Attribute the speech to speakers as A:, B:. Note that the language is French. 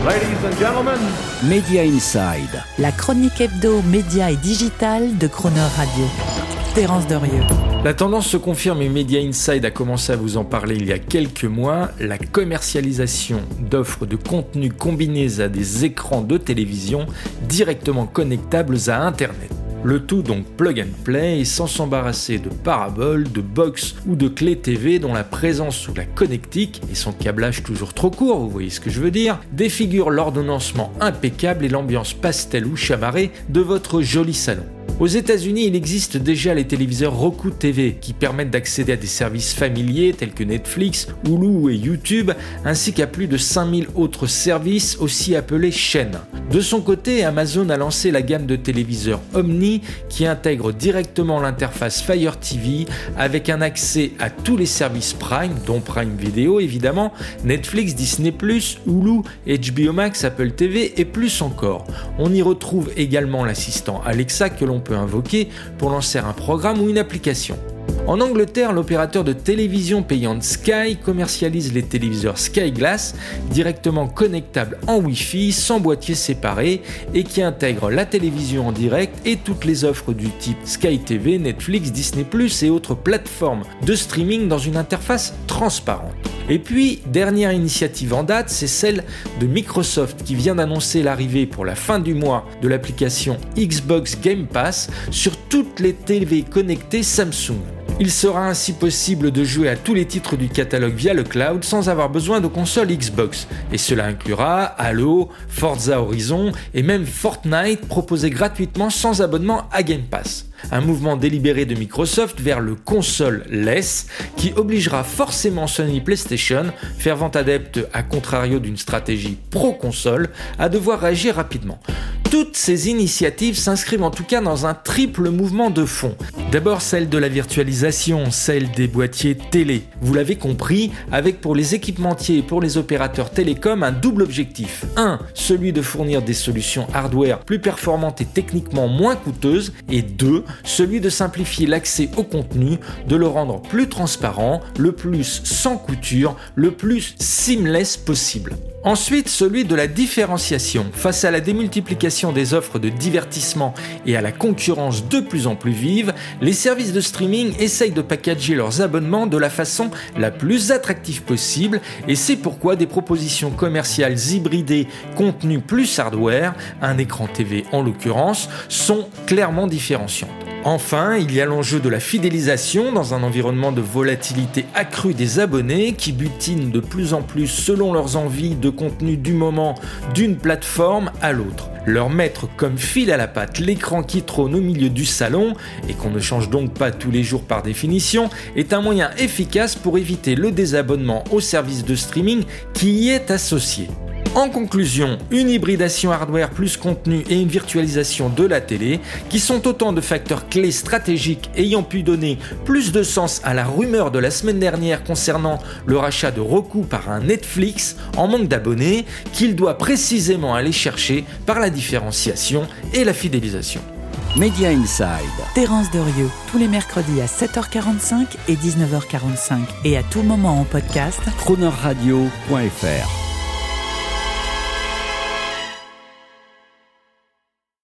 A: Ladies and gentlemen,
B: Media Inside.
C: La chronique hebdo, média et digital de Croner Radio. Terence Derieux.
D: La tendance se confirme et Media Inside a commencé à vous en parler il y a quelques mois. La commercialisation d'offres de contenu combinés à des écrans de télévision directement connectables à Internet. Le tout donc plug and play et sans s'embarrasser de paraboles, de box ou de clés TV dont la présence sous la connectique et son câblage toujours trop court, vous voyez ce que je veux dire, défigure l'ordonnancement impeccable et l'ambiance pastel ou chamarrée de votre joli salon. Aux États-Unis, il existe déjà les téléviseurs Roku TV qui permettent d'accéder à des services familiers tels que Netflix, Hulu et YouTube, ainsi qu'à plus de 5000 autres services aussi appelés chaînes. De son côté, Amazon a lancé la gamme de téléviseurs Omni qui intègre directement l'interface Fire TV avec un accès à tous les services Prime, dont Prime Video évidemment, Netflix, Disney+, Hulu, HBO Max, Apple TV et plus encore. On y retrouve également l'assistant Alexa que l'on peut invoquer pour lancer un programme ou une application. En Angleterre, l'opérateur de télévision payante Sky commercialise les téléviseurs Sky Glass directement connectables en Wi-Fi, sans boîtier séparé et qui intègrent la télévision en direct et toutes les offres du type Sky TV, Netflix, Disney+, et autres plateformes de streaming dans une interface transparente. Et puis, dernière initiative en date, c'est celle de Microsoft qui vient d'annoncer l'arrivée pour la fin du mois de l'application Xbox Game Pass sur toutes les TV connectées Samsung. Il sera ainsi possible de jouer à tous les titres du catalogue via le cloud sans avoir besoin de console Xbox. Et cela inclura Halo, Forza Horizon et même Fortnite proposés gratuitement sans abonnement à Game Pass. Un mouvement délibéré de Microsoft vers le console-less qui obligera forcément Sony PlayStation, fervent adepte à contrario d'une stratégie pro-console, à devoir réagir rapidement. Toutes ces initiatives s'inscrivent en tout cas dans un triple mouvement de fond. D'abord celle de la virtualisation, celle des boîtiers télé. Vous l'avez compris, avec pour les équipementiers et pour les opérateurs télécoms un double objectif. 1. Celui de fournir des solutions hardware plus performantes et techniquement moins coûteuses. Et 2. Celui de simplifier l'accès au contenu, de le rendre plus transparent, le plus sans couture, le plus seamless possible. Ensuite, celui de la différenciation. Face à la démultiplication des offres de divertissement et à la concurrence de plus en plus vive, les services de streaming essayent de packager leurs abonnements de la façon la plus attractive possible et c'est pourquoi des propositions commerciales hybridées contenu plus hardware, un écran TV en l'occurrence, sont clairement différenciantes. Enfin, il y a l'enjeu de la fidélisation dans un environnement de volatilité accrue des abonnés qui butinent de plus en plus selon leurs envies de contenu du moment d'une plateforme à l'autre. Leur mettre comme fil à la patte l'écran qui trône au milieu du salon et qu'on ne change donc pas tous les jours par définition est un moyen efficace pour éviter le désabonnement au service de streaming qui y est associé. En conclusion, une hybridation hardware plus contenu et une virtualisation de la télé qui sont autant de facteurs clés stratégiques ayant pu donner plus de sens à la rumeur de la semaine dernière concernant le rachat de Roku par un Netflix en manque d'abonnés qu'il doit précisément aller chercher par la différenciation et la fidélisation.
B: Media Inside.
C: Terence Derieux, tous les mercredis à 7h45 et 19h45 et à tout moment en podcast.
B: Cronerradio.fr